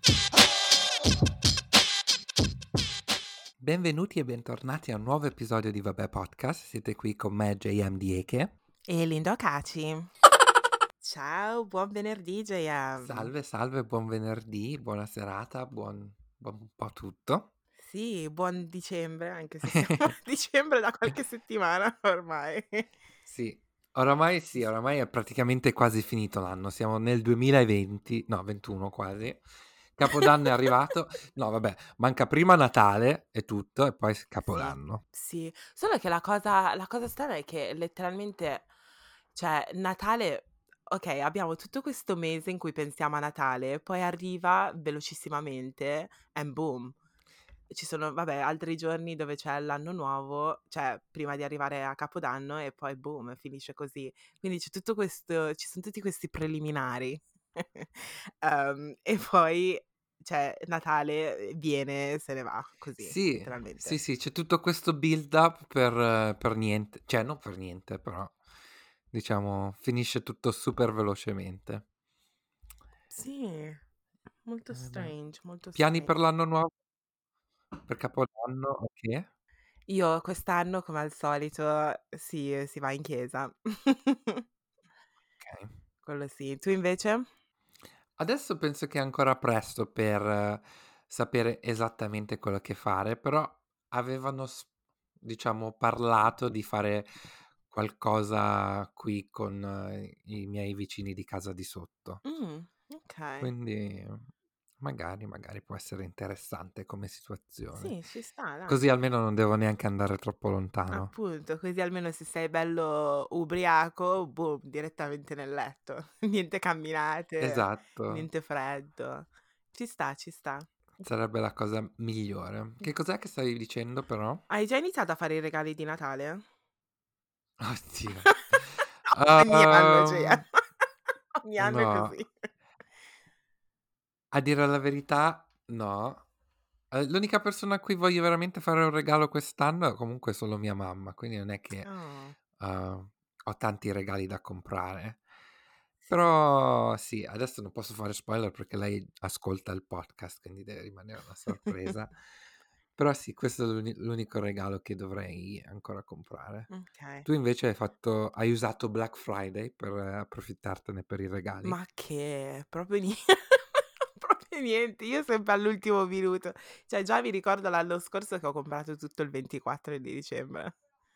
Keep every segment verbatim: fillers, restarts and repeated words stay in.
Benvenuti e bentornati a un nuovo episodio di Vabbè Podcast. Siete qui con me, J M di Eke. E Lindo Caci. Ciao, buon venerdì J M. Salve, salve, buon venerdì, buona serata, buon, buon un po' tutto. Sì, buon dicembre, anche se siamo a dicembre da qualche settimana ormai. Sì, oramai sì, oramai è praticamente quasi finito l'anno. Siamo nel duemilaventi, no, ventuno quasi. Capodanno è arrivato. No, vabbè, manca prima Natale e tutto, e poi Capodanno. Sì, sì. Solo che la cosa, la cosa strana è che letteralmente, cioè, Natale, ok, abbiamo tutto questo mese in cui pensiamo a Natale, poi arriva velocissimamente and boom. Ci sono, vabbè, altri giorni dove c'è l'anno nuovo, cioè prima di arrivare a Capodanno e poi boom, finisce così. Quindi c'è tutto questo, ci sono tutti questi preliminari. Ehm, e poi, cioè, Natale viene, se ne va, così, Sì, letteralmente. sì, sì, c'è tutto questo build up per, eh, per niente, cioè non per niente, però diciamo finisce tutto super velocemente. Sì, molto Eh, beh. strange, molto Piani strange. per l'anno nuovo? Per Capodanno? Ok. Io quest'anno, come al solito, sì, si va in chiesa. Ok. Quello sì. Tu invece? Adesso penso che è ancora presto per eh, sapere esattamente quello che fare, però avevano, s- diciamo, parlato di fare qualcosa qui con eh, i miei vicini di casa di sotto. Mm, ok. Quindi magari, magari può essere interessante come situazione. Sì, ci sta, dai. Così almeno non devo neanche andare troppo lontano. Appunto, così almeno se sei bello ubriaco, boom, direttamente nel letto. Niente camminate, Esatto, niente freddo. Ci sta, ci sta. sarebbe la cosa migliore. Che cos'è che stavi dicendo però? Hai già iniziato a fare i regali di Natale? Oddio. Ogni anno, cioè, Ehm, ogni anno è no, così. a dire la verità, no. Eh, L'unica persona a cui voglio veramente fare un regalo quest'anno è comunque solo mia mamma, quindi non è che Oh, eh, ho tanti regali da comprare. sì. Però sì, adesso non posso fare spoiler perché lei ascolta il podcast, quindi deve rimanere una sorpresa. Però sì, questo è l'uni- l'unico regalo che dovrei ancora comprare. Ok. Tu invece hai fatto, hai usato Black Friday per eh, approfittartene per i regali? Ma che? Proprio niente. Proprio niente, io sempre all'ultimo minuto. Cioè, già mi ricordo l'anno scorso che ho comprato tutto il ventiquattro di dicembre.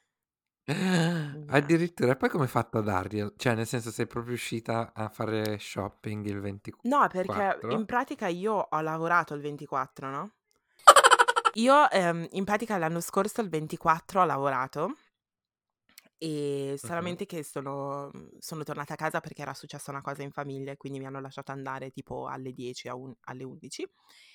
Yeah. Addirittura, e poi come hai fatto a darglielo? Cioè, nel senso, sei proprio uscita a fare shopping il No, perché in ventiquattro? pratica io ho lavorato il ventiquattro, no? Io ehm, in pratica l'anno scorso il ventiquattro ho lavorato e Mhm. solamente che sono, sono tornata a casa perché era successa una cosa in famiglia e quindi mi hanno lasciato andare tipo alle dieci, a un- alle undici.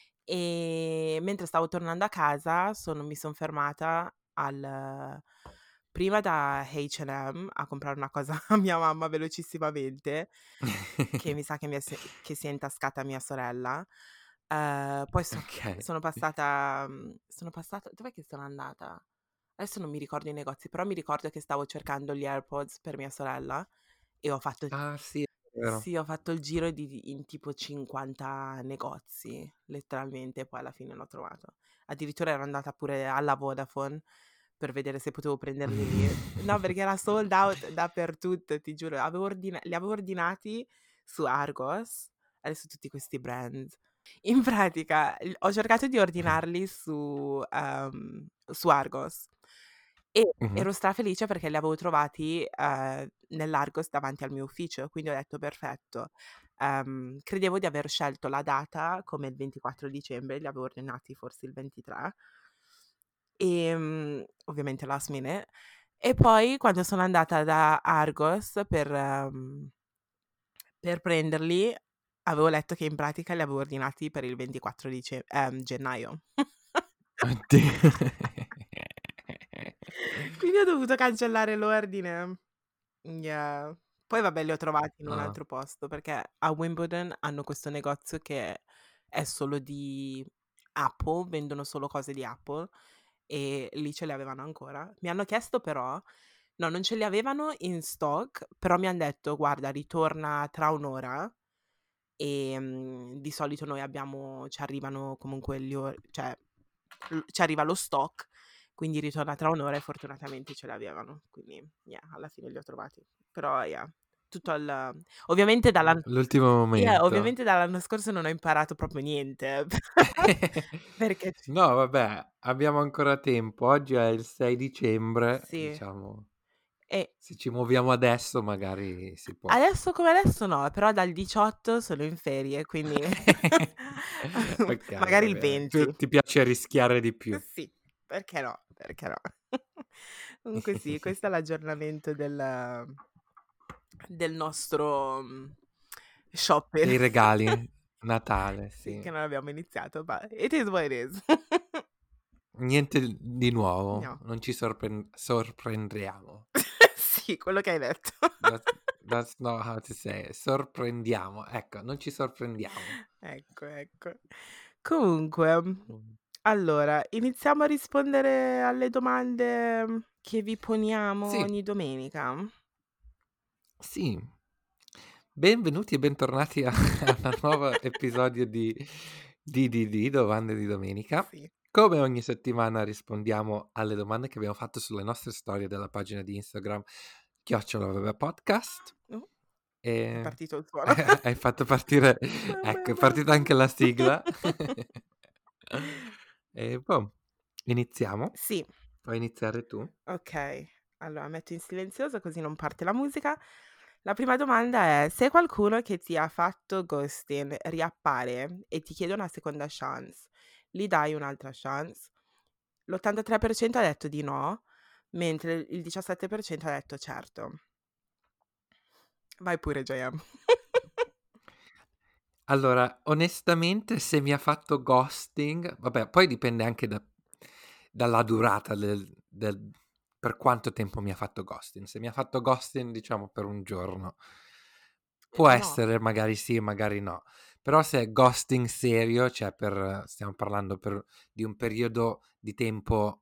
E mentre stavo tornando a casa sono- mi sono fermata al, prima da acca e emme a comprare una cosa a mia mamma velocissimamente, che mi sa che, mi è se- che si è intascata mia sorella. Eh, poi so- Ok. sono passata, mm, sono passata, dov'è che sono andata? Adesso non mi ricordo i negozi, però mi ricordo che stavo cercando gli AirPods per mia sorella e ho fatto, Ah, sì, è vero. sì, ho fatto il giro di, di- in tipo cinquanta negozi, letteralmente, e poi alla fine l'ho trovato. Addirittura ero andata pure alla Vodafone per vedere se potevo prenderli lì. No, perché era sold out dappertutto, ti giuro. Avevo ordina- li avevo ordinati su Argos, adesso tutti questi brand. In pratica, l- ho cercato di ordinarli su, ehm, su Argos e Mhm. ero strafelice perché li avevo trovati eh, nell'Argos davanti al mio ufficio, quindi ho detto perfetto. Ehm, credevo di aver scelto la data come il ventiquattro dicembre, li avevo ordinati forse il ventitré, e mm, ovviamente last minute. E poi quando sono andata da Argos per, ehm, per prenderli, avevo letto che in pratica li avevo ordinati per il ventiquattro dice- ehm, gennaio. Oddio. Quindi ho dovuto cancellare l'ordine. Yeah. Poi vabbè, li ho trovati in un Ah. altro posto perché a Wimbledon hanno questo negozio che è solo di Apple, vendono solo cose di Apple e lì ce le avevano ancora. Mi hanno chiesto però, no, non ce li avevano in stock, però mi hanno detto guarda, ritorna tra un'ora e mm, di solito noi abbiamo ci arrivano comunque gli or cioè l ci arriva lo stock, quindi ritorna tra un ora e fortunatamente ce l'avevano. Quindi yeah, alla fine li ho trovati. Però yeah, tutto al ovviamente dall'an L'ultimo yeah, momento. ovviamente dall'anno scorso non ho imparato proprio niente, perché c No vabbè, abbiamo ancora tempo. Oggi è il sei dicembre, sì. diciamo, E se ci muoviamo adesso magari si può. adesso come adesso no, però dal diciotto sono in ferie, quindi Okay, magari va il bene. venti. Tu ti piace rischiare di più. Sì, perché no, perché no. Comunque sì, questo è l'aggiornamento del del nostro, mhmm, shopping. Dei regali, Natale, Sì, sì. che non abbiamo iniziato, ma it is what it is. Niente d di nuovo, No. non ci sorpren sorprendriamo. Sì, quello che hai detto. That's that's not how to say it. Sorprendiamo, ecco, non ci sorprendiamo. Ecco, ecco. Comunque, Mh. allora, iniziamo a rispondere alle domande mhmm, che vi poniamo Sì, ogni domenica? sì. Benvenuti e bentornati a a una nuova episodio di D D D, Domande di domenica. Sì. Come ogni settimana rispondiamo alle domande che abbiamo fatto sulle nostre storie della pagina di Instagram chiocciola vabbè podcast. Uh, è E partito il suono. hai fatto partire Mamma ecco, è mamma. partita anche la sigla. E boh, iniziamo? Sì, Vuoi iniziare tu? okay. Allora metto in silenzioso così non parte la musica. La prima domanda è: se qualcuno che ti ha fatto ghosting riappare e ti chiede una seconda chance, gli dai un'altra chance? L'ottantatré per cento ha detto di no, mentre il diciassette per cento ha detto certo. Vai pure J M. Allora, onestamente se mi ha fatto ghosting vabbè, poi dipende anche da dalla durata del del per quanto tempo mi ha fatto ghosting. Se mi ha fatto ghosting, diciamo, per un giorno, Eh, può no. essere, magari sì, magari no. Però se è ghosting serio, cioè per stiamo parlando per di un periodo di tempo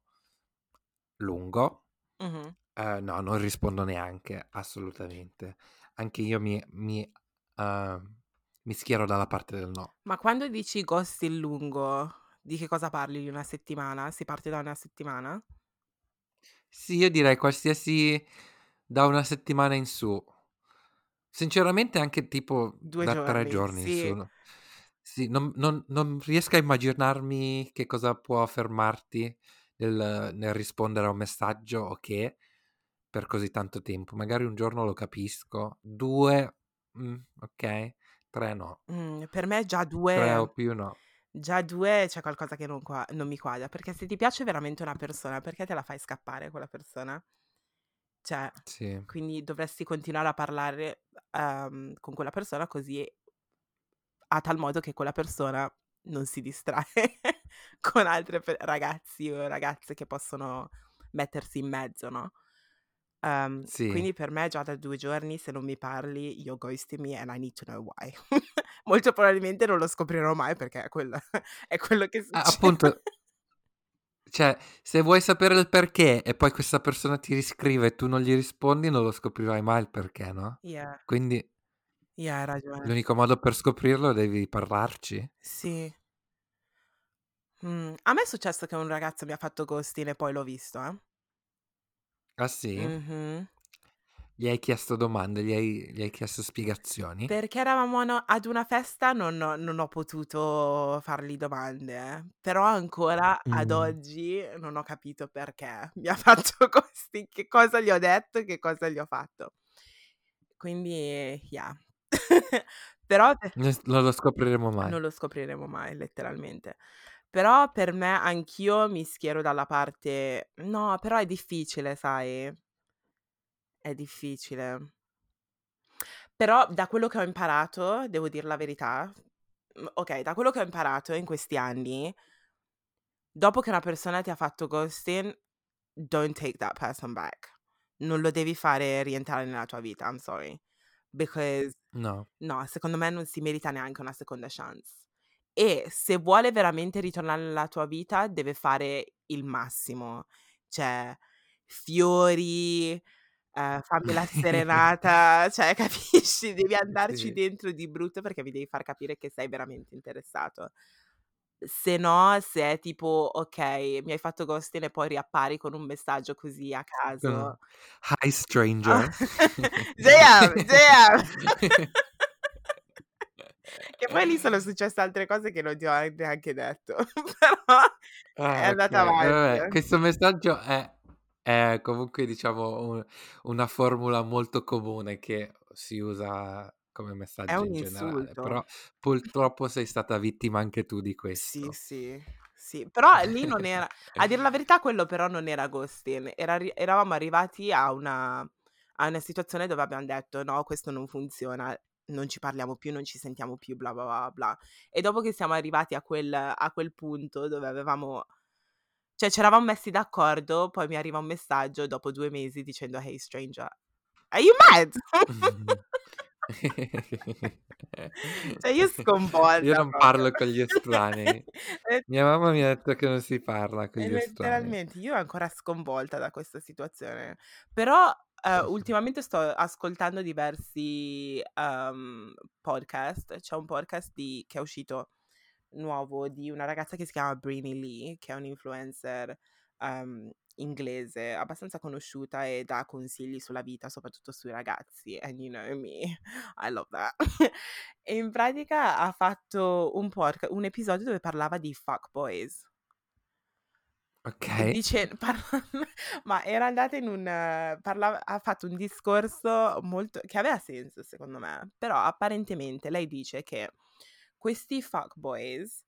lungo, Mh-mh. ehm, no, non rispondo neanche, assolutamente. Anche io mi mi uhm, mi schiero dalla parte del no. Ma quando dici ghosting lungo, di che cosa parli? Di una settimana? Si parte da una settimana? Sì, io direi qualsiasi da una settimana in su. Sinceramente anche tipo due da tre giorni, giorni in su, sì. no sì, non non non riesco a immaginarmi che cosa può fermarti nel nel rispondere a un messaggio o che, per così tanto tempo. Magari un giorno lo capisco, due, mh, okay, tre no. Mhmm, per me già tre o due più no. già due c'è qualcosa che non qua non mi quadra, perché se ti piace veramente una persona, perché te la fai scappare quella persona? Cioè, Sì, quindi dovresti continuare a parlare, uhm, con quella persona così a tal modo che quella persona non si distrae con altre pe ragazzi o ragazze che possono mettersi in mezzo, no, uhm, sì. quindi per me già da due giorni se non mi parli you're ghosting me and I need to know why. Molto probabilmente non lo scoprirò mai perché è quella è quello che A succede. appunto, cioè, se vuoi sapere il perché e poi questa persona ti riscrive e tu non gli rispondi, non lo scoprirai mai il perché, no, Yeah, quindi yeah, hai ragione. l'unico modo per scoprirlo devi parlarci. Sì. Mh, a me è successo che un ragazzo mi ha fatto ghosting e poi l'ho visto, eh. Ah sì? Mh-mh. Gli hai chiesto domande, gli hai gli hai chiesto spiegazioni? Perché eravamo a no ad una festa non ho non ho potuto fargli domande, eh, però ancora ad Mh. oggi non ho capito perché mi ha fatto ghosting, che cosa gli ho detto e che cosa gli ho fatto. Quindi yeah. Però pe Nes non lo scopriremo mai. non lo scopriremo mai letteralmente. Però per me anch'io mi schiero dalla parte no, però è difficile sai, è difficile. Però da quello che ho imparato, devo dir la verità, mhmm, okay, da quello che ho imparato in questi anni, dopo che una persona ti ha fatto ghosting, don't take that person back. Non lo devi fare rientrare nella tua vita, I'm sorry. Because No. no, secondo me non si merita neanche una seconda chance. E se vuole veramente ritornare nella tua vita, deve fare il massimo. Cioè, fiori, ehm, fammi la serenata, cioè capisci? Devi andarci Sì. dentro di brutto perché mi devi far capire che sei veramente interessato. Se no, se è tipo: okay, mi hai fatto ghosting e poi riappari con un messaggio così a caso. Sono "Hi stranger." J M, J M. Che poi lì sono successe altre cose che non ti ho a neanche detto, però è Ah, andata okay. avanti, Vabbè, eh. questo messaggio è è comunque diciamo u una formula molto comune che si usa come È messaggio un in generale, insulto. però purtroppo sei stata vittima anche tu di Sì, questo. sì, sì, però lì non era a dir la verità quello però non era ghosting, era arri eravamo arrivati a una a una situazione dove abbiam detto: "No, questo non funziona, non ci parliamo più, non ci sentiamo più, bla, bla, bla, bla". E dopo che siamo arrivati a quel a quel punto dove avevamo cioè c'eravam messi d'accordo, poi mi arriva un messaggio dopo due mesi dicendo: "Hey stranger, are you mad?" Cioè io Io sconvolta non proprio. parlo con gli estranei. E Mia mamma mi ha detto che non si parla con e gli estranei. letteralmente io ancora sconvolta da questa situazione. Però, ehm, ultimamente sto ascoltando diversi, uhm, podcast. C'è un podcast di che è uscito nuovo di una ragazza che si chiama Britney Lee, che è un'influencer, uhm, inglese abbastanza conosciuta e dà consigli sulla vita, soprattutto sui ragazzi and you know me, I love that. E in pratica ha fatto un podca un episodio dove parlava di fuckboys. E Okay. dice parla ma era andata in un parlava ha fatto un discorso molto che aveva senso secondo me, però apparentemente lei dice che questi fuckboys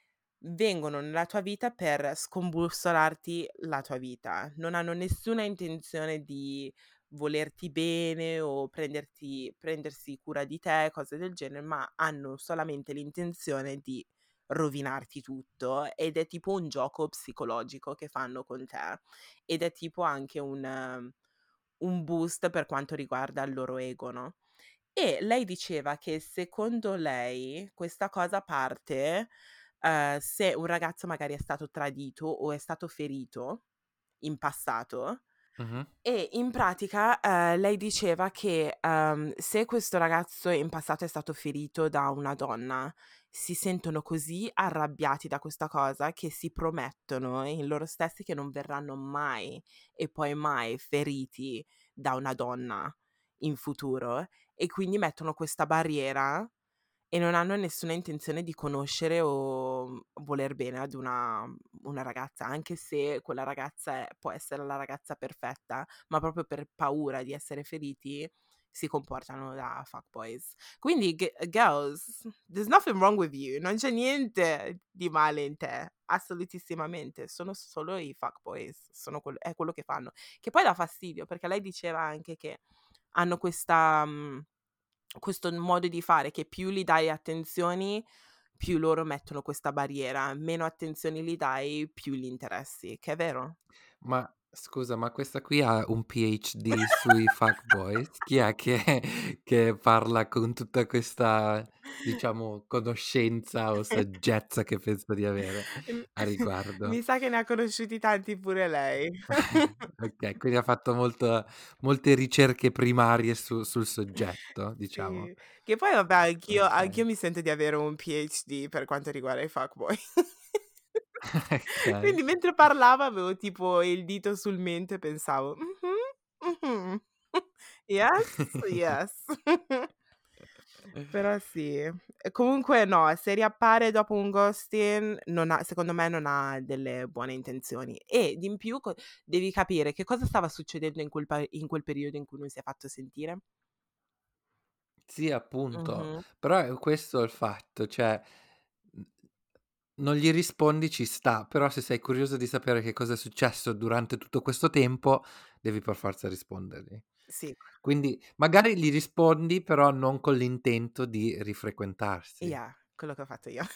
vengono nella tua vita per scombussolarti la tua vita. Non hanno nessuna intenzione di volerti bene o prenderti prendersi cura di te, cose del genere, ma hanno solamente l'intenzione di rovinarti tutto ed è tipo un gioco psicologico che fanno con te ed è tipo anche un ehm, un boost per quanto riguarda il loro ego, no, e lei diceva che secondo lei questa cosa parte, ehm, se un ragazzo magari è stato tradito o è stato ferito in passato Mh-mh. e in pratica, ehm, lei diceva che, ehm, se questo ragazzo in passato è stato ferito da una donna, si sentono così arrabbiati da questa cosa che si promettono in loro stessi che non verranno mai e poi mai feriti da una donna in futuro e quindi mettono questa barriera e non hanno nessuna intenzione di conoscere o, mhmm, voler bene ad una una ragazza, anche se quella ragazza è può essere la ragazza perfetta, ma proprio per paura di essere feriti si comportano da fuckboys. Quindi g girls, there's nothing wrong with you, non c'è niente di male in te, assolutissimamente, sono solo i fuckboys, sono quel è quello che fanno. Che poi dà fastidio, perché lei diceva anche che hanno questa mhmm questo modo di fare che più gli dai attenzioni, più loro mettono questa barriera, meno attenzioni gli dai, più gli interessi, che è vero? Ma scusa, ma questa qui ha un P H D sui fuckboys? Chi è che che parla con tutta questa, diciamo, conoscenza o saggezza che pensa di avere Mhmm, a riguardo? mi sa che ne ha conosciuti tanti pure lei. Okay, quindi ha fatto molto molte ricerche primarie su sul soggetto, diciamo. Sì, che poi vabbè anch'io anch'io Okay. mi sento di avere un P H D per quanto riguarda i fuckboy. Okay. Quindi mentre parlava avevo tipo il dito sul mento e pensavo: "Mh-mh, mh-mh. Yes, yes." Però sì. E comunque no, se riappare dopo un ghosting non ha secondo me non ha delle buone intenzioni. Ed in più co devi capire che cosa stava succedendo in quel pa in quel periodo in cui non si è fatto sentire. Sì, appunto, Mh-mh. però è questo il fatto, cioè, mhmm, non gli rispondi ci sta, però se sei curioso di sapere che cosa è successo durante tutto questo tempo, devi per forza rispondergli. Sì, Quindi magari gli rispondi, però non con l'intento di rifrequentarsi. yeah, quello che ho fatto io.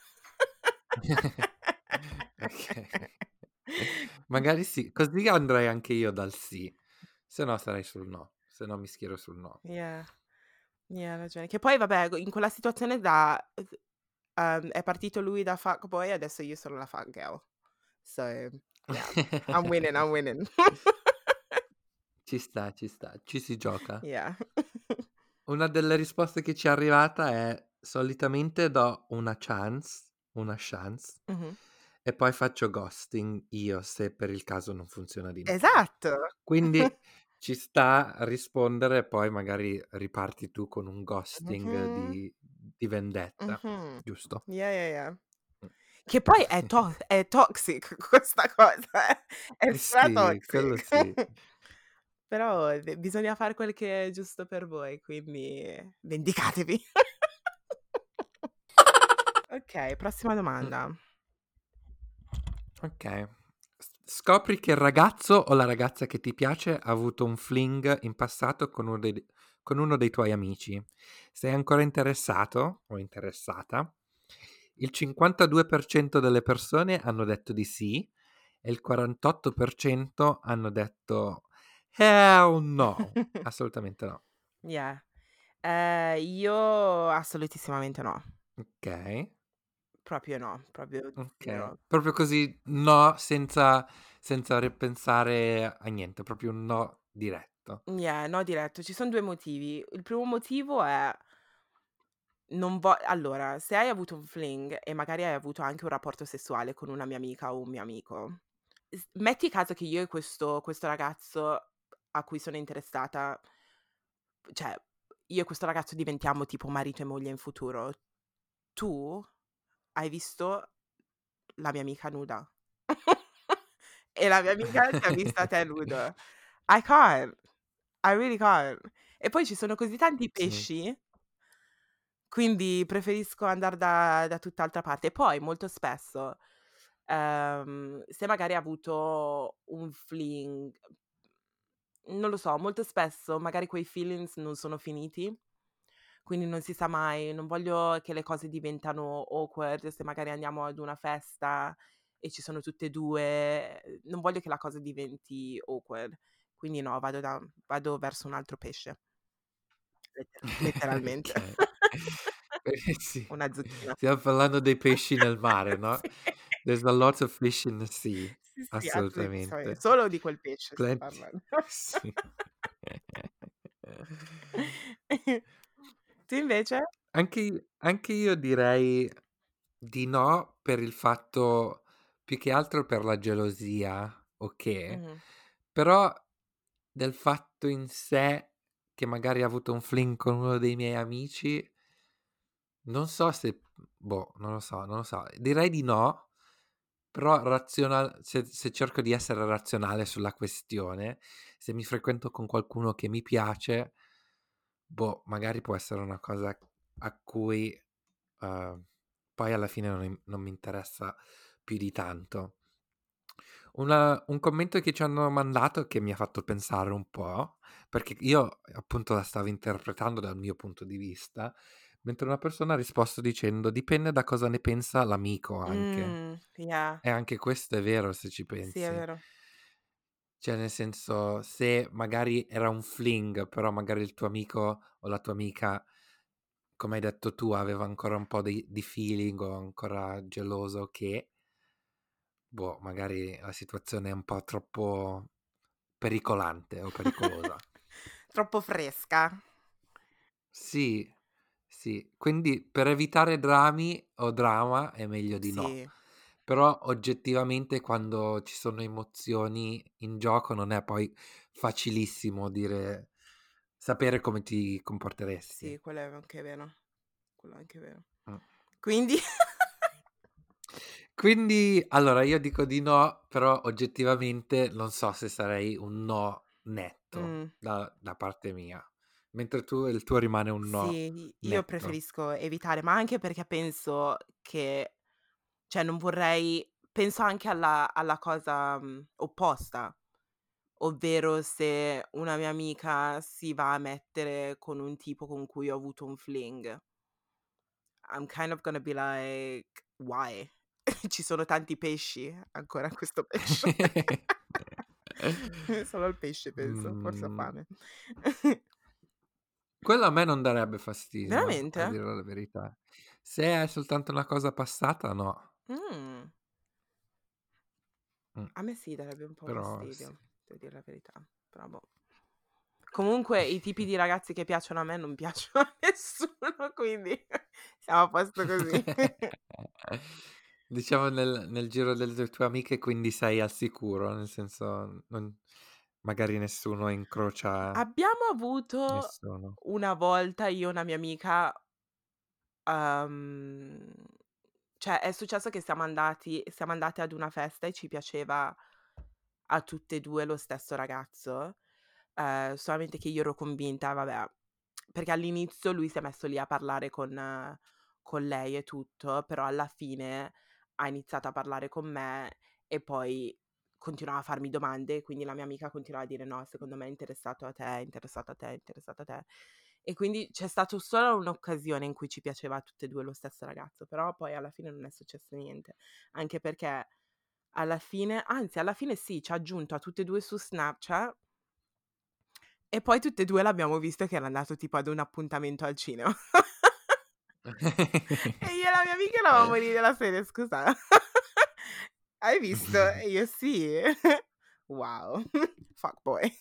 Okay. Magari sì, così andrei anche io dal sì, se no sarei sul no, se no mi schiero sul no. Yeah, yeah, hai ragione. Che poi vabbè, in quella situazione da uhm, uhm, è partito lui da fuckboy, adesso io sono la fuckgirl. So, yeah, I'm winning, I'm winning. Ci sta, ci sta, ci si gioca. Yeah. Una delle risposte che ci è arrivata è: "Solitamente do una chance una chance Mh-mh. e poi faccio ghosting io, se per il caso non funziona di nuovo." Esatto. Quindi ci sta a rispondere e poi magari riparti tu con un ghosting Mh-mh. di di vendetta, Mh-mh. giusto? Yeah, yeah, yeah. Mh. Che poi è to è toxic questa cosa, eh, è Eh stra sì, quello toxic. sì. Però b bisogna fare quel che è giusto per voi, quindi vendicatevi. Okay, prossima Mh. domanda. Okay. S scopri che il ragazzo o la ragazza che ti piace ha avuto un fling in passato con uno dei con uno dei tuoi amici. Sei ancora interessato o interessata? Il cinquantadue per cento delle persone hanno detto di sì e il quarantotto per cento hanno detto: "Hell no, assolutamente no." Yeah. Ehm, io assolutissimamente no. Okay, Proprio no, proprio okay. zero. Proprio così no, senza senza ripensare a niente, proprio un no diretto. Yeah, no diretto. Ci son due motivi. Il primo motivo è non vo allora, se hai avuto un fling e magari hai avuto anche un rapporto sessuale con una mia amica o un mio amico, s metti caso che io e questo questo ragazzo a cui sono interessata, cioè io e questo ragazzo diventiamo tipo marito e moglie in futuro, tu hai visto la mia amica nuda e la mia amica ti ha visto a te nudo. I can't, I really can't. E poi ci sono così tanti Sì. pesci, quindi preferisco andar da da tutt'altra parte. E poi molto spesso, ehm, se magari hai avuto un fling, non lo so, molto spesso magari quei feelings non sono finiti, quindi non si sa mai, non voglio che le cose diventano awkward se magari andiamo ad una festa e ci sono tutte e due, ehm, non voglio che la cosa diventi awkward. Quindi no, vado da vado verso un altro pesce, lettera letteralmente. Okay. Eh sì, Una zucchina. stiamo parlando dei pesci nel mare, no, Sì. there's a lot of fish in the sea, Sì, sì, assolutissimamente. assolutamente. Solo di quel pesce sto Plenty parlando. sì. Tu invece? Anche i anche io direi di no, per il fatto più che altro per la gelosia, okay, Mh-mh. però del fatto in sé che magari ha avuto un fling con uno dei miei amici, non so se boh, non lo so, non lo so. Direi di no, però razional se se cerco di essere razionale sulla questione, se mi frequento con qualcuno che mi piace, boh, magari può essere una cosa a cui, uhm, poi alla fine non im non mi interessa più di tanto. Una un commento che ci hanno mandato che mi ha fatto pensare un po', perché io appunto la stavo interpretando dal mio punto di vista, mentre una persona ha risposto dicendo: "Dipende da cosa ne pensa l'amico anche." Mh, yeah. E anche questo è vero se ci Sì, è pensi. vero. Cioè nel senso, se magari era un fling, però magari il tuo amico o la tua amica, come hai detto tu, aveva ancora un po' di di feeling o ancora geloso che, boh, magari la situazione è un po' troppo pericolante o pericolosa. Troppo fresca. Sì, sì. Quindi per evitare drammi o drama è meglio di no. Sì, Però oggettivamente quando ci sono emozioni in gioco non è poi facilissimo dire sapere come ti comporteresti. sì, quello è anche vero. Quello è anche vero. Mh. Quindi Quindi allora io dico di no, però oggettivamente non so se sarei un no netto mh, da da parte mia, mentre tu il tuo rimane un no sì, i io netto. preferisco evitare, ma anche perché penso che, cioè non vorrei, penso anche alla alla cosa, mhmm, opposta, ovvero se una mia amica si va a mettere con un tipo con cui ho avuto un fling. I'm kind of gonna be like: "Why?" Ci sono tanti pesci ancora in questo pesce. Solo al pesce penso, forse ha Mhmm, fame. quello a me non darebbe fastidio, a Veramente? dire la verità. Se è soltanto una cosa passata no. Mh, Mh, a me sì darebbe un po' però sì. fastidio, devo dir la verità, però boh. Comunque i tipi di ragazzi che piacciono a me non piacciono a nessuno, quindi siamo a posto così. Diciamo nel nel giro delle tue amiche quindi sei al sicuro, nel senso non magari nessuno incrocia Abbiamo avuto nessuno. una volta io e una mia amica, uhm, cioè è successo che siamo andati siamo andate ad una festa e ci piaceva a tutte e due lo stesso ragazzo, ehm, solamente che io ero convinta, vabbè, perché all'inizio lui si è messo lì a parlare con con lei e tutto, però alla fine ha iniziato a parlare con me e poi continuava a farmi domande, quindi la mia amica continuava a dire: "No, secondo me è interessato a te, è interessato a te, è interessato a te". E quindi c'è stato solo un'occasione in cui ci piaceva a tutte e due lo stesso ragazzo, però poi alla fine non è successo niente, anche perché alla fine anzi alla fine sì, ci ha aggiunto a tutte e due su Snapchat e poi tutte e due l'abbiamo visto che era andato tipo ad un appuntamento al cinema. E io e la mia amica eravamo lì della serie: "Scusa, hai visto?" E io: "Sì." Wow, fuckboy.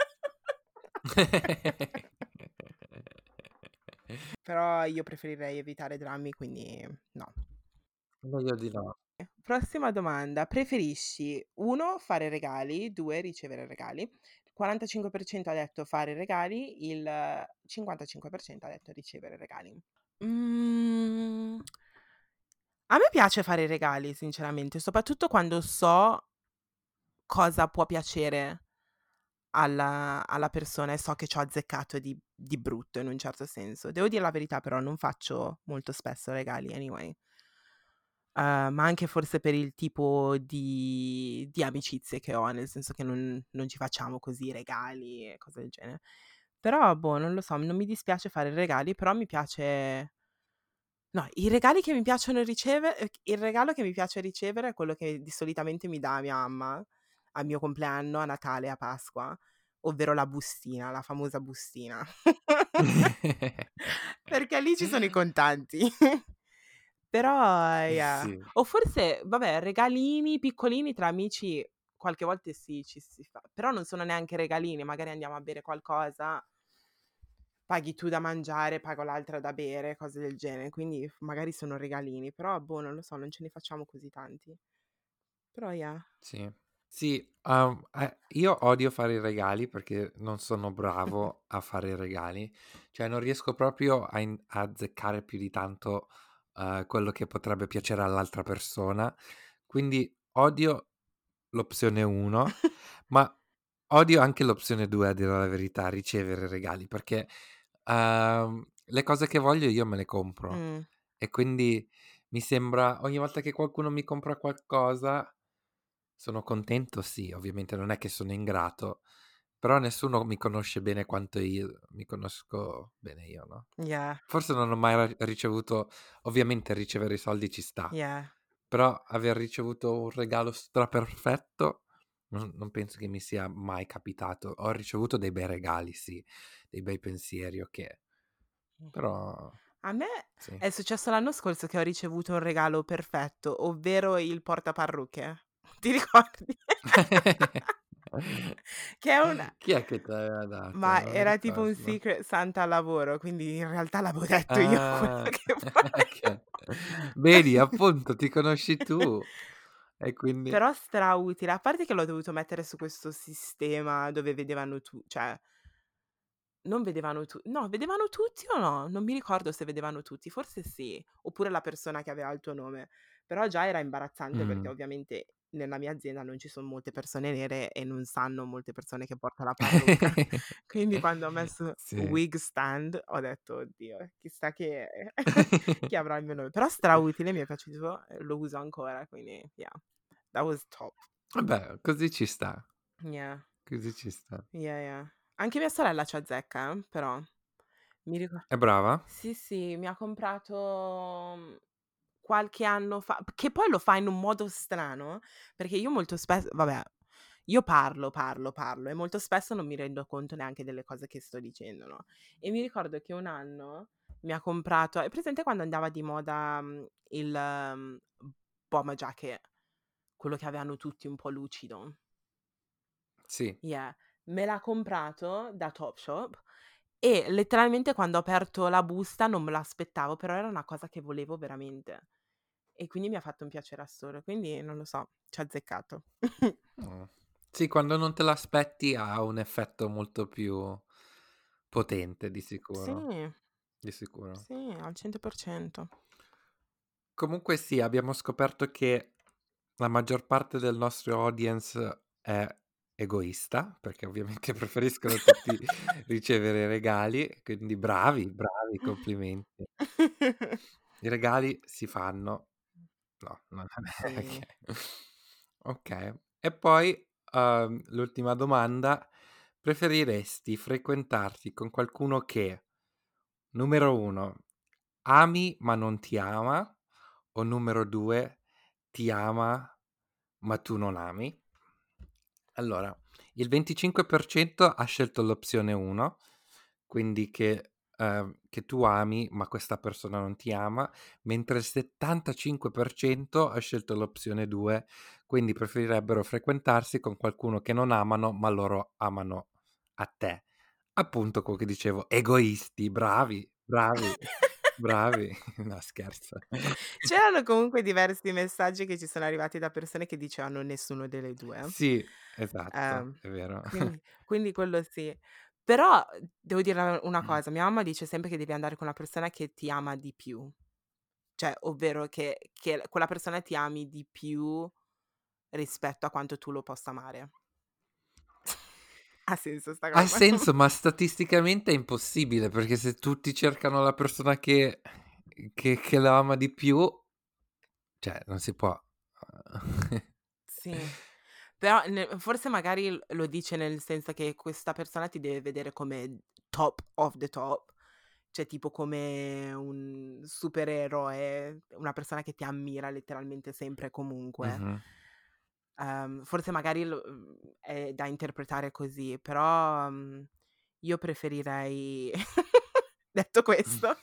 Però io preferirei evitare drammi, quindi no. Meglio di no. Prossima domanda: preferisci uno fare regali, due ricevere regali? Il quarantacinque per cento ha detto fare regali, il cinquantacinque per cento ha detto ricevere regali. Mhmm, a me piace fare i regali sinceramente, soprattutto quando so cosa può piacere alla alla persona e so che c'ho azzeccato di di brutto in un certo senso. Devo dire la verità però non faccio molto spesso regali anyway. Uhm, ma anche forse per il tipo di di amicizie che ho, nel senso che non non ci facciamo così regali e cose del genere. Però boh, non lo so, non mi dispiace fare regali, però mi piace no, i regali che mi piacciono riceve ehm, il regalo che mi piace ricevere è quello che di solitamente mi dà mia mamma al mio compleanno, a Natale, a Pasqua, ovvero la bustina, la famosa bustina. Perché lì ci sono i contanti. Però yeah. Sì, O forse, vabbè, regalini piccolini tra amici qualche volte sì, ci si fa, però non sono neanche regalini, magari andiamo a bere qualcosa, paghi tu da mangiare, pago l'altra da bere, cose del genere, quindi f magari sono regalini, però boh, non lo so, non ce ne facciamo così tanti. Però yeah. sì. Sì, uhm, eh, io odio fare i regali perché non sono bravo a fare i regali, cioè non riesco proprio a in a azzeccare più di tanto, uhm, quello che potrebbe piacere all'altra persona, quindi odio l'opzione uno, ma odio anche l'opzione due a dire la verità, ricevere regali, perché, uhm, le cose che voglio io me le compro Mh, e quindi mi sembra ogni volta che qualcuno mi compra qualcosa sono contento, sì, ovviamente non è che sono ingrato, però nessuno mi conosce bene quanto io mi conosco bene io, no, yeah, forse non ho mai ra ricevuto ovviamente ricevere i soldi ci sta, yeah. però aver ricevuto un regalo straperfetto non non penso che mi sia mai capitato. Ho ricevuto dei bei regali, sì, dei bei pensieri, okay, però A me sì. è successo l'anno scorso che ho ricevuto un regalo perfetto, ovvero il portaparrucche. Ti ricordi? Che è un Chi è che te l'aveva dato? ma Non mi era tipo un ricordo. secret Santa al lavoro, quindi in realtà l'avevo detto io quello Ah, che okay. volevo. Vedi, appunto, ti conosci tu e quindi Però strautile, a parte che l'ho dovuto mettere su questo sistema dove vedevano tu cioè non vedevano tu no, vedevano tutti o no? Non mi ricordo se vedevano tutti, forse sì, oppure la persona che aveva il tuo nome. Però già era imbarazzante perché mh. ovviamente nella mia azienda non ci son molte persone nere e non sanno molte persone che porto la parrucca. Quindi quando ho messo Sì. wig stand ho detto: "Oddio, chissà chi chi avrà il mio nome." Però strautile, mi è piaciuto, e lo uso ancora, quindi yeah, that was top. Vabbè, così ci sta, Yeah, così ci sta. yeah, yeah. Anche mia sorella ci azzecca eh, però. Mi ricor È brava? Sì, sì, mi ha comprato, mhmm, qualche anno fa che poi lo fa in un modo strano, perché io molto spes vabbè, io parlo, parlo, parlo e molto spesso non mi rendo conto neanche delle cose che sto dicendo, no, e mi ricordo che un anno mi ha comprato hai presente quando andava di moda, mhmm, il, mhmm, bomber jacket, quello che avevano tutti un po' lucido? Sì. Yeah. me l'ha comprato da Topshop e letteralmente quando ho aperto la busta non me l'aspettavo, però era una cosa che volevo veramente. E quindi mi ha fatto un piacere assurdo, quindi non lo so, ci ha azzeccato. Mh. Sì, quando non te l'aspetti ha un effetto molto più potente di Sì, sicuro, di sicuro. sì, al cento per cento. Comunque sì, abbiamo scoperto che la maggior parte del nostro audience è egoista, perché ovviamente preferiscono tutti ricevere regali, quindi bravi, bravi, complimenti. I regali si fanno. No, non è Sì. che okay. E poi, uhm, l'ultima domanda: preferiresti frequentarti con qualcuno che, numero uno, ami ma non ti ama, o numero due, ti ama ma tu non ami? Allora, il venticinque per cento ha scelto l'opzione uno, quindi che ehm, che tu ami, ma questa persona non ti ama, mentre il settantacinque per cento ha scelto l'opzione due, quindi preferirebbero frequentarsi con qualcuno che non amano, ma loro amano a te. Appunto quello che dicevo, egoisti, bravi, bravi, bravi. No scherzo. C'erano comunque diversi messaggi che ci sono arrivati da persone che dicevano nessuno delle due. Sì, esatto, Ehm, è vero. quindi quindi quello sì. Però, uhm, devo dire una una Mh. cosa, mia mamma dice sempre che devi andare con una persona che ti ama di più. Cioè, ovvero che che l quella persona ti ami di più rispetto a quanto tu lo possa amare. Ha senso sta Ha cosa? senso, ma statisticamente è impossibile, perché se tutti cercano la persona che che che la ama di più, cioè non si può. Sì. Però ne forse magari l lo dice nel senso che questa persona ti deve vedere come top of the top, cioè tipo come un supereroe, una persona che ti ammira letteralmente sempre e comunque. Mh-mh. Ehm, forse magari lo mhmm, è da interpretare così, però, mhmm, io preferirei detto questo,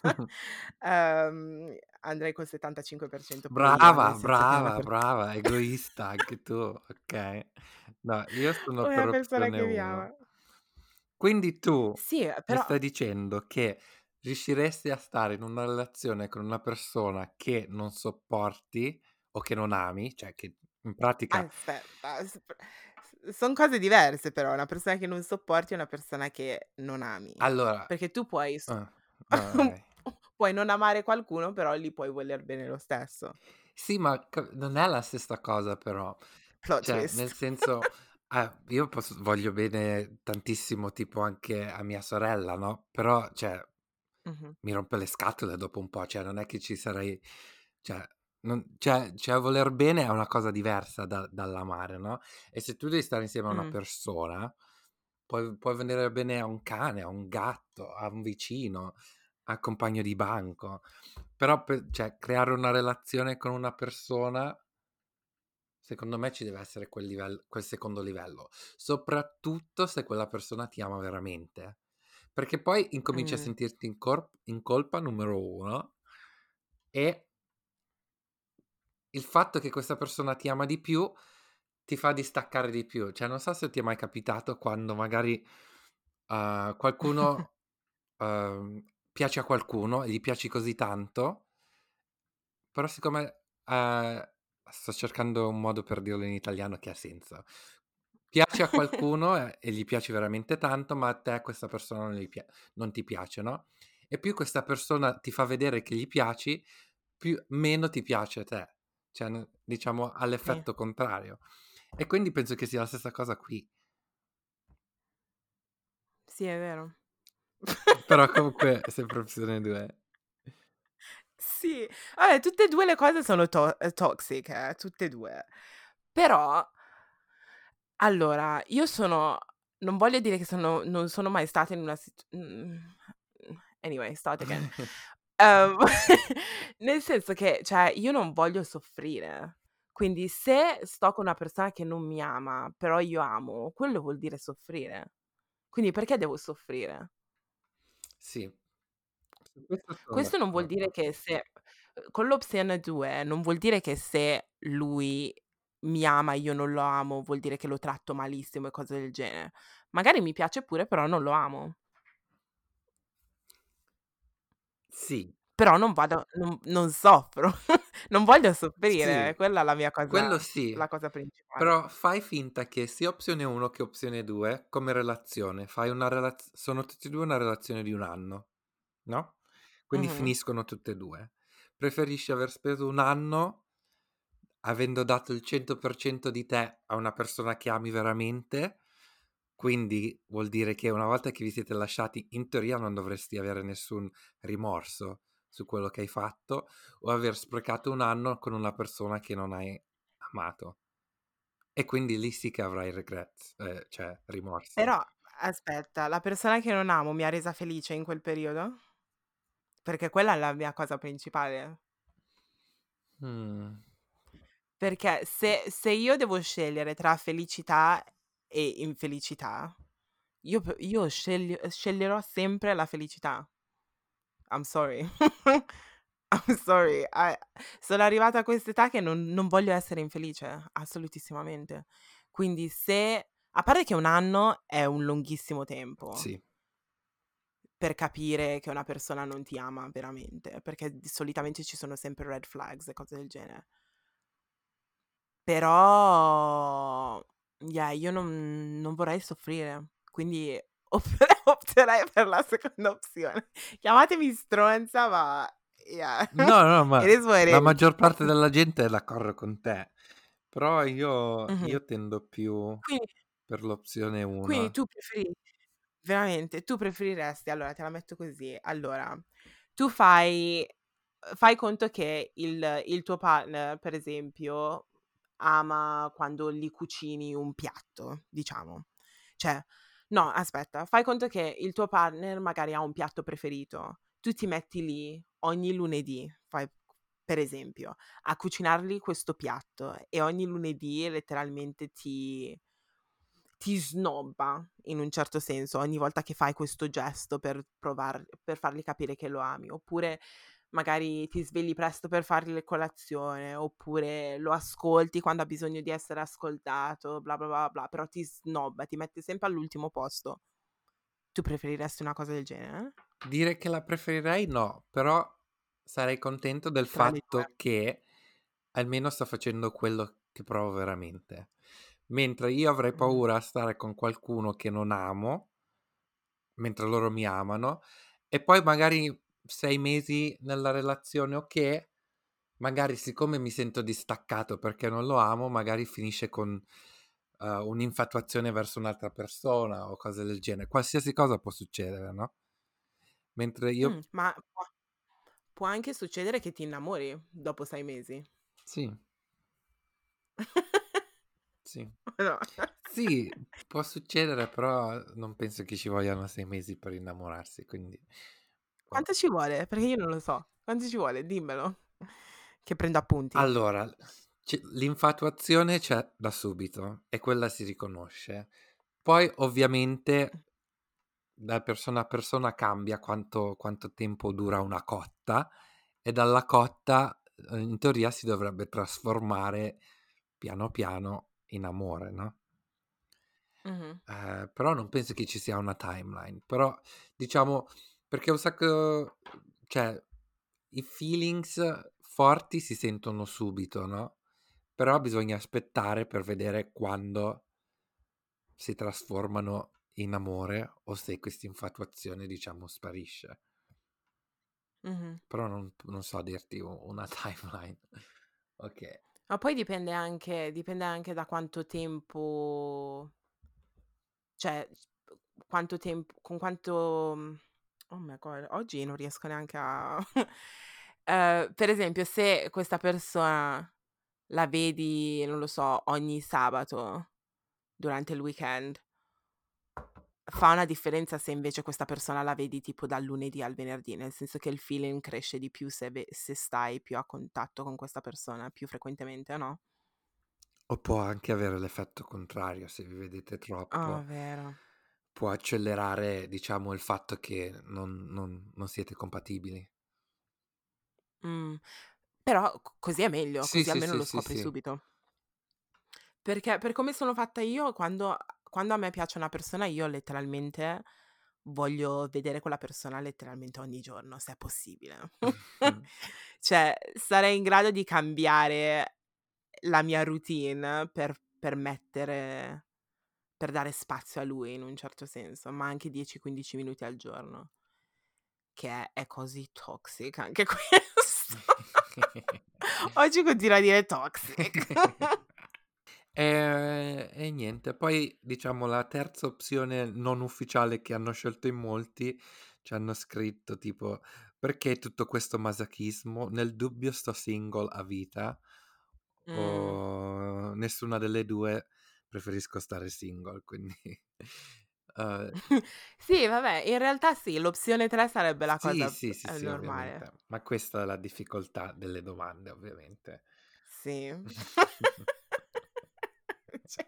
ehm, andrei col settantacinque per cento pure io, nel Brava, senso che è una brava, per brava, egoista anche tu, okay. No, io sono per una persona opzione che mi ama. uno. Quindi tu Sì, ehm, mi però stai dicendo che riusciresti a stare in una relazione con una persona che non sopporti o che non ami, cioè che in pratica aspetta, sp s son cose diverse però, una persona che non sopporti e una persona che non ami. allora Perché tu puoi s ah, no, vai. puoi non amare qualcuno, però gli puoi voler bene lo stesso. Sì, ma c non è la stessa cosa però. Plot Cioè, nel twist. senso, eh, io posso voglio bene tantissimo tipo anche a mia sorella, no, però cioè Mh-mh. mi rompe le scatole dopo un po', cioè non è che ci sarei cioè non cioè cioè voler bene è una cosa diversa da dall'amare, no, e se tu devi stare insieme a una Mh. persona, puoi puoi venire bene a un cane, a un gatto, a un vicino, al compagno di banco, però pe cioè creare una relazione con una persona, secondo me ci deve essere quel livel quel secondo livello, soprattutto se quella persona ti ama veramente, perché poi incominci a Mh. sentirti in corp in colpa numero uno, e il fatto che questa persona ti ama di più, ti fa distaccare di più. Cioè, non so se ti è mai capitato quando magari, uhm, qualcuno uhm, piaci a qualcuno e gli piaci così tanto, però siccome ehm, sto cercando un modo per dirlo in italiano che ha senso. Piaci a qualcuno e e gli piaci veramente tanto, ma a te questa persona non gli pia non ti piace, no, e più questa persona ti fa vedere che gli piaci, più meno ti piace te. Cioè, n diciamo ha Sì, l'effetto contrario. E quindi penso che sia la stessa cosa qui. sì è vero. Però comunque sempre opzione due. Sì, vabbè tutte e due le cose sono to ehm, toxic eh, tutte e due. Però allora, io sono non voglio dire che sono non sono mai stata in una sit mhmm, anyway, start again. Ehm, nel senso che, cioè, io non voglio soffrire. Quindi se sto con una persona che non mi ama, però io amo, quello vuol dire soffrire. Quindi perché devo soffrire? Sì, su questo son Questo non vuol dire d'accordo. che se uhm, con l'opzione due non vuol dire che se lui mi ama e io non lo amo, vuol dire che lo tratto malissimo e cose del genere. Magari mi piace pure, però non lo amo. Sì. Però non vado non non soffro, non voglio soffrire, Sì, è quella la mia cosa quello sì, la cosa principale. però fai finta che sia opzione uno che opzione due come relazione, fai una relaz sono tutti e due una relazione di un anno, no, quindi Mh-mh. finiscono tutte e due. Preferisci aver speso un anno avendo dato il cento per cento di te a una persona che ami veramente, quindi vuol dire che una volta che vi siete lasciati, in teoria non dovresti avere nessun rimorso su quello che hai fatto, o aver sprecato un anno con una persona che non hai amato. E quindi lì sì che avrai regrets, ehm, cioè rimorsi. Però aspetta, la persona che non amo mi ha resa felice in quel periodo? Perché quella è la mia cosa principale. Mh. Perché se se io devo scegliere tra felicità e infelicità, io p io scegli sceglierò sempre la felicità. I'm sorry. I'm sorry. I sono arrivata a quest'età che non non voglio essere infelice, assolutissimamente. Quindi se a parte che un anno è un lunghissimo tempo Sì. per capire che una persona non ti ama veramente, perché di solitamente ci sono sempre red flags e cose del genere. Però, yeah, io non non vorrei soffrire, quindi opte opterei per la seconda opzione. Chiamatemi stronza, ma yeah, No, no, it ma is what la it is. maggior parte della gente è d'accordo con te, però io Mh-mh. io tendo più Quindi per l'opzione quindi uno. tu preferi veramente, tu preferiresti allora te la metto così, allora, tu fai uhm, fai conto che il il tuo partner, per esempio, ama quando gli cucini un piatto, diciamo. Cioè no, aspetta, fai conto che il tuo partner magari ha un piatto preferito, tu ti metti lì ogni lunedì, fai per esempio, a cucinargli questo piatto e ogni lunedì letteralmente ti ti snobba, in un certo senso, ogni volta che fai questo gesto per provar per fargli capire che lo ami, oppure magari ti svegli presto per fargli colazione, oppure lo ascolti quando ha bisogno di essere ascoltato, bla, bla, bla, bla, però ti snobba, ti mette sempre all'ultimo posto. Tu preferiresti una cosa del genere? Dire che la preferirei no, però sarei contento del Tra le due. fatto che almeno sto facendo quello che provo veramente. Mentre io avrei Mh. paura a stare con qualcuno che non amo, mentre loro mi amano, e poi magari sei mesi nella relazione okay, magari siccome mi sento distaccato perché non lo amo, magari finisce con, uhm, un'infatuazione verso un'altra persona o cose del genere. Qualsiasi cosa può succedere, no, mentre Mh, io ma può può anche succedere che ti innamori dopo sei mesi. sì, sì. No. Sì, può succedere, però non penso che ci vogliano sei mesi per innamorarsi, quindi boh. Quanto ci vuole? Perché io non lo so. Quanto ci vuole? Dimmelo, che prendo appunti. Allora, c l'infatuazione c'è da subito e quella si riconosce. Poi ovviamente da persona a persona cambia quanto quanto tempo dura una cotta e dalla cotta, uhm, in teoria si dovrebbe trasformare piano piano in amore, no? Mh-mh. Ehm, però non penso che ci sia una timeline, però diciamo perché un sacco cioè i feelings forti si sentono subito, no, però bisogna aspettare per vedere quando si trasformano in amore o se questa infatuazione, diciamo, sparisce. Mh-mh. Però non non so dirti u una timeline. Okay. Ma poi dipende anche dipende anche da quanto tempo cioè, s quanto temp con quanto mhmm, oh my god, oggi non riesco neanche a ehm, per esempio se questa persona la vedi, non lo so, ogni sabato durante il weekend, fa una differenza se invece questa persona la vedi tipo dal lunedì al venerdì, nel senso che il feeling cresce di più se ve se stai più a contatto con questa persona più frequentemente o no? O può anche avere l'effetto contrario, se vi vedete Ah, troppo, vero. può accelerare, diciamo, il fatto che non non non siete compatibili. Mh. Però c così è meglio, Sì, così sì, almeno sì, lo sì, scopri sì. subito. Perché per come sono fatta io quando quando a me piace una persona io letteralmente voglio vedere quella persona letteralmente ogni giorno, se è possibile. Cioè, sarei in grado di cambiare la mia routine per permettere per dare spazio a lui in un certo senso, ma anche dieci, quindici minuti al giorno, che è è così toxic anche questo. Oggi continuo a dire toxic. Ehm, e niente, poi diciamo la terza opzione non ufficiale che hanno scelto in molti, ci hanno scritto tipo: "Perché tutto questo masochismo? Nel dubbio sto single a vita." Mh. O nessuna delle due, preferisco stare single, quindi uhm, Sì, vabbè, in realtà sì, l'opzione tre sarebbe la sì, cosa p sì, sì, ehm, sì, normale. ovviamente, ma questa è la difficoltà delle domande, ovviamente. Sì. Cioè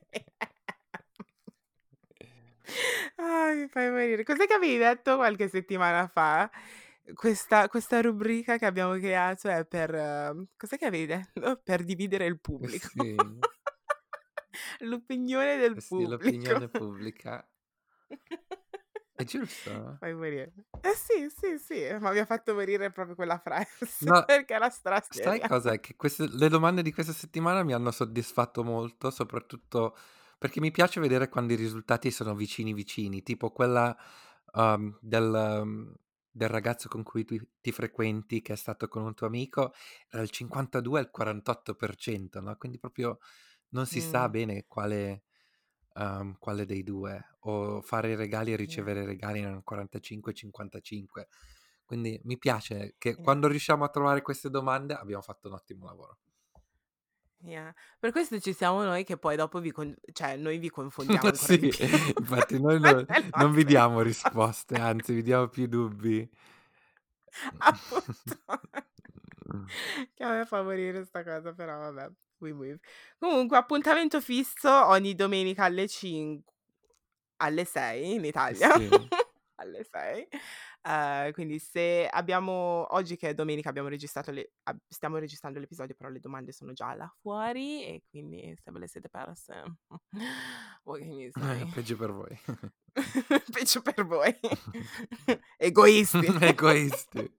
ah, mi fai morire. Cos'è che avevi detto qualche settimana fa? Questa questa rubrica che abbiamo creato è per ehm, cos'è che avevi detto? Per dividere il Eh pubblico. sì, L'opinione eh del sì, pubblico. l'opinione pubblica. È giusto? Fai morire. Eh sì, sì, sì, ma mi ha fatto morire proprio quella frase No, perché era sai straseria. cos'è? Che queste le domande di questa settimana mi hanno soddisfatto molto, soprattutto perché mi piace vedere quando i risultati sono vicini vicini, tipo quella, uhm, del mhmm, del ragazzo con cui tu ti frequenti, che è stato con un tuo amico, era il cinquantadue e il quarantotto per cento, no, quindi proprio non si sa Mh, bene quale uhm, quale dei due, o fare i regali e yeah, ricevere i regali erano quarantacinque cinquantacinque. Quindi mi piace che yeah, quando riusciamo a trovare queste domande abbiamo fatto un ottimo lavoro. yeah. Per questo ci siamo noi che poi dopo vi con cioè noi vi confondiamo ancora Sì, di più. infatti noi Quelle no le non vi nostre diamo risposte. risposte, anzi vi diamo più dubbi. Appunto. Che a me fa morire 'sta cosa, però vabbè, we move. Comunque appuntamento fisso ogni domenica alle cinq alle sei in Italia, Sì. alle sei. Ehm, quindi se abbiamo oggi che è domenica abbiamo registrato le ab stiamo registrando l'episodio, però le domande sono già là fuori e quindi se ve le siete perse, what can you say? Peggio per voi. Peggio per voi. Egoisti. Egoisti.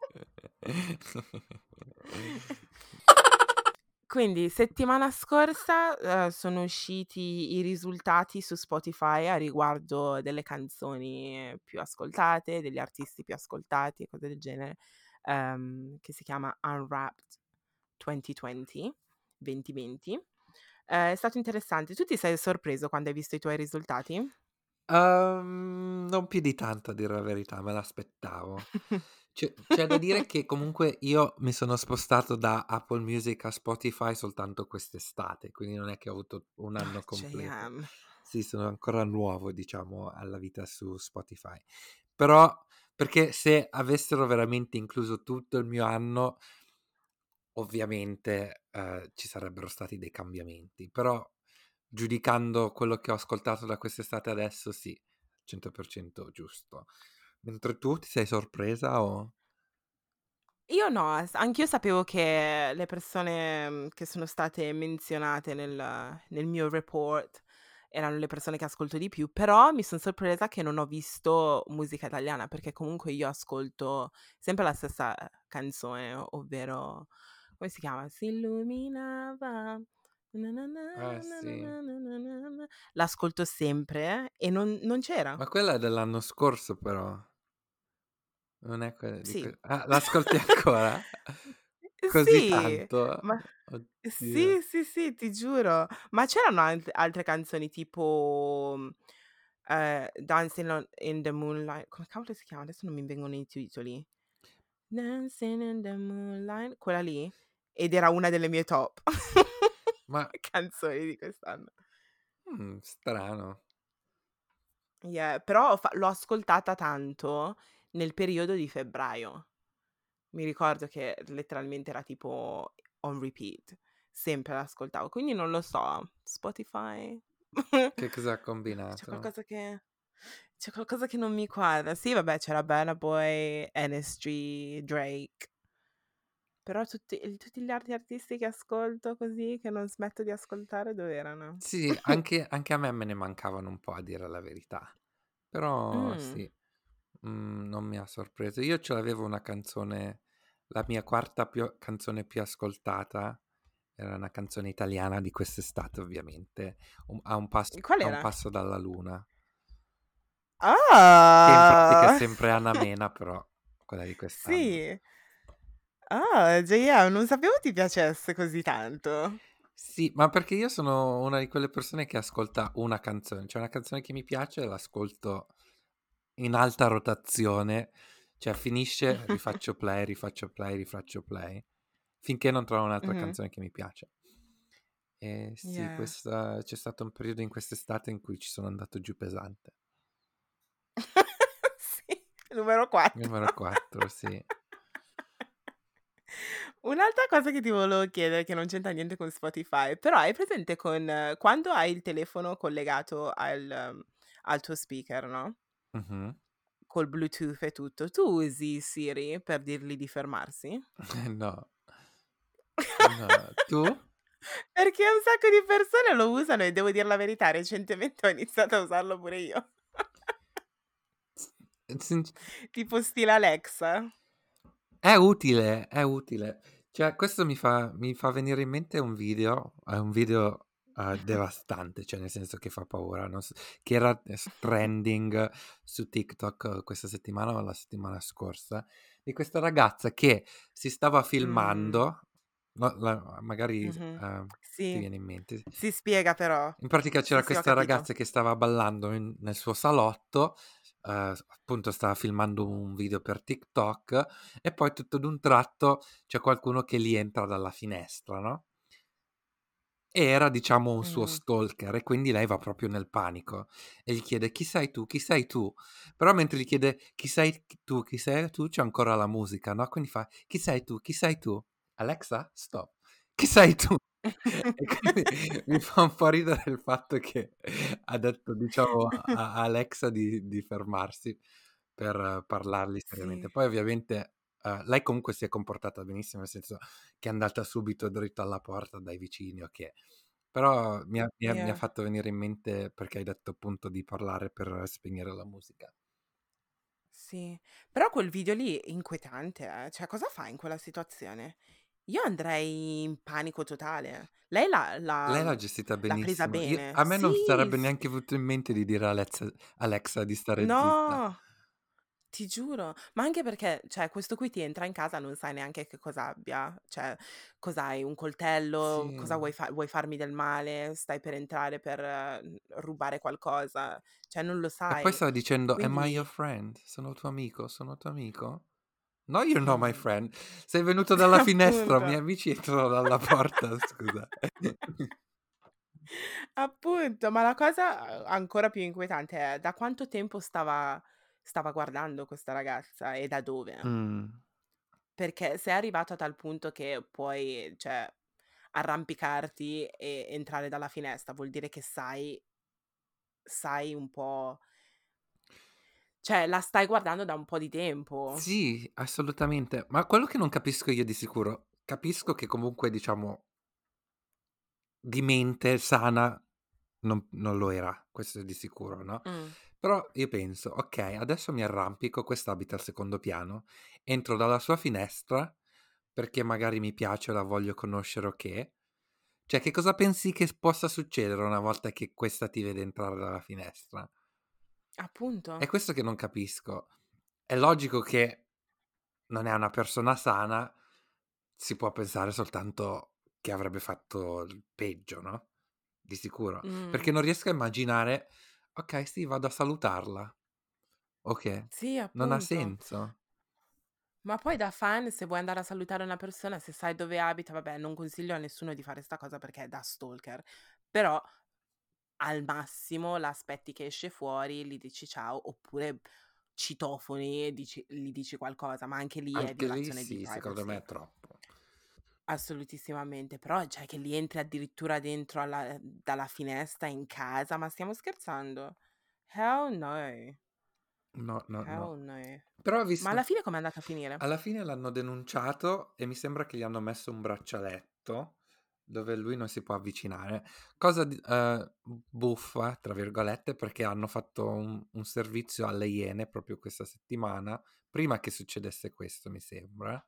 Quindi settimana scorsa, uhm, sono usciti i risultati su Spotify a riguardo delle canzoni più ascoltate, degli artisti più ascoltati e cose del genere, ehm, che si chiama Unwrapped duemilaventi duemilaventi. Ehm, è stato interessante. Tu ti sei sorpreso quando hai visto i tuoi risultati? Uhm, non più di tanto a dire la verità, me l'aspettavo. C'è c'è da dire che comunque io mi sono spostato da Apple Music a Spotify soltanto quest'estate, quindi non è che ho avuto un anno completo. J M. Sì, sono ancora nuovo, diciamo, alla vita su Spotify. Però perché se avessero veramente incluso tutto il mio anno, ovviamente, ehm, ci sarebbero stati dei cambiamenti, però giudicando quello che ho ascoltato da quest'estate adesso sì, cento per cento giusto. Mentre tu ti sei sorpresa o Io no, s anch'io sapevo che le persone, mhmm, che sono state menzionate nel nel mio report erano le persone che ascolto di più, però mi son sorpresa che non ho visto musica italiana, perché comunque io ascolto sempre la stessa canzone, ovvero come si chiama? Si illuminava na na na eh na na sì, na na na na na. L'ascolto sempre e non non c'era. ma quella è dell'anno scorso però, non è quella di Sì. que ah, l'ascolti ancora? Così Sì, tanto? ma Oddio. sì, sì, sì, ti giuro. Ma c'erano alt altre canzoni tipo, mhmm, ehm, Dancing on in the Moonlight come cavolo si chiama? Adesso non mi vengono i titoli. Dancing in the Moonlight, quella lì? Ed era una delle mie top Ma, canzoni di quest'anno. mhmm, strano. Yeah, però ho fa l'ho ascoltata tanto nel periodo di febbraio. Mi ricordo che letteralmente era tipo on repeat, sempre l'ascoltavo, quindi non lo so, Spotify Che cosa ha c'è combinato? qualcosa che c'è qualcosa che non mi quadra. Sì, vabbè, c'era Burna Boy, N S G, Drake, Però tutti il tutti gli altri artisti che ascolto così, che non smetto di ascoltare, dov'erano? Sì, anche anche a me me ne mancavano un po' a dire la verità. Però Mh. sì, mhmm, non mi ha sorpreso. Io ce l'avevo una canzone la mia quarta più canzone più ascoltata era una canzone italiana di quest'estate ovviamente, un A un passo Qual A un era? passo dalla luna, che in pratica è Ah! sempre Anna Mena, però quella di quest'anno. Sì. Ah, J M, non sapevo ti piacesse così tanto. Sì, ma perché io sono una di quelle persone che ascolta una canzone, cioè una canzone che mi piace l'ascolto in alta rotazione, cioè finisce, rifaccio play, rifaccio play, rifaccio play, finché non trovo un'altra Mh-mh. canzone che mi piace. E sì, Yeah. questa c'è stato un periodo in quest'estate in cui ci sono andato giù pesante. Sì, numero quattro. Numero quattro, sì. Un'altra cosa che ti volevo chiedere, che non c'entra niente con Spotify, però hai presente con eh, quando hai il telefono collegato al ehm, al tuo speaker, no, Mh-mh. col Bluetooth e tutto, tu usi Siri per dirgli di fermarsi? Eh no, no. Tu? Perché un sacco di persone lo usano e devo dir la verità, recentemente ho iniziato a usarlo pure io. S sinc Tipo stile Alexa. È utile, è utile. Cioè questo mi fa mi fa venire in mente un video, è un video, uhm, devastante, cioè nel senso che fa paura, non s che era s trending su TikTok eh, questa settimana o la settimana scorsa, di questa ragazza che si stava Mh, filmando, no la magari, mh-mh. uhm, ti Sì, viene in mente. si spiega però. In pratica Sì, c'era sì, ho questa capito. ragazza che stava ballando in nel suo salotto, ehm, s appunto stava filmando un video per TikTok e poi tutto d'un tratto c'è qualcuno che gli entra dalla finestra, no, e era diciamo un suo Mh. stalker e quindi lei va proprio nel panico e gli chiede: "Chi sei tu? Chi sei tu?" Però mentre gli chiede: "Chi sei c tu? Chi sei tu?" C'è ancora la musica, no, quindi fa: "Chi sei tu? Chi sei tu? Alexa, stop. Chi sei tu?" E quindi mi fa un po' ridere il fatto che ha detto diciamo a a Alexa di di fermarsi per parlargli seriamente. Sì, Poi ovviamente, uhm, lei comunque si è comportata benissimo, nel senso che è andata subito dritto alla porta dai vicini o che però mi ha mi ha mi ha yeah. fatto venire in mente perché hai detto appunto di parlare per spegnere la musica. Sì, però quel video lì è inquietante, eh, cioè cosa fai in quella situazione? Io andrei in panico totale. Lei l'ha l'ha Lei l'ha mhmm, gestita l'ha presa benissimo. Io bene. a me non Sì, sarebbe s neanche venuto in mente di dire a Alexa Alexa di stare zitta. no, ti giuro. Ma anche perché, cioè, questo qui ti entra in casa, non sai neanche che cosa abbia. Cioè, cos'hai? Un coltello? Sì. Cosa vuoi fa vuoi farmi del male? Stai per entrare per, mhmm, rubare qualcosa? Cioè, non lo E poi sai. stava dicendo: "Am I your Quindi friend? Sono tuo amico, sono tuo amico?" "No, you're not my mh, friend. Sei venuto dalla finestra, i miei appunto. amici entrano dalla porta, scusa." Appunto, ma la cosa, uhm, ancora più inquietante è: da quanto tempo stava stava guardando questa ragazza e da dove? Mh. Perché se è arrivato a tal punto che puoi, cioè, arrampicarti e entrare dalla finestra, vuol dire che sai sai un po', cioè la stai guardando da un po' di tempo. Sì, assolutamente. Ma quello che non capisco io di sicuro capisco che comunque diciamo di mente sana non non lo era, questo è di sicuro, no, Mh, però io penso: "Okay, adesso mi arrampico", questa abita al secondo piano, entro dalla sua finestra, perché magari mi piace o la voglio conoscere o che. Cioè, che cosa pensi che s possa succedere una volta che questa ti vede entrare dalla finestra? È appunto. questo che non capisco. È logico che non è una persona sana, si può pensare soltanto che avrebbe fatto il peggio, no, di sicuro. Mh, Perché non riesco a immaginare: "Okay, sì, vado a salutarla." Okay, sì, non ha appunto. senso. Ma poi da fan, se vuoi andare a salutare una persona, se sai dove abita, vabbè, non consiglio a nessuno di fare 'sta cosa perché è da stalker, però al massimo l'aspetti che esce fuori, gli dici ciao, oppure citofoni e dici gli dici qualcosa, ma anche lì è Anche lì violazione di sì, secondo me privacy. è troppo. Assolutissimamente, però cioè che gli entri addirittura dentro alla ehm, dalla finestra in casa, ma stiamo scherzando? Hell no. No, no, no. Hell no. Però ho Ma alla visto fine com'è andata a finire? alla fine l'hanno denunciato e mi sembra che gli hanno messo un braccialetto dove lui non si può avvicinare. Cosa di ehm, "buffa" tra virgolette, perché hanno fatto un un servizio alle Iene proprio questa settimana, prima che succedesse questo mi sembra,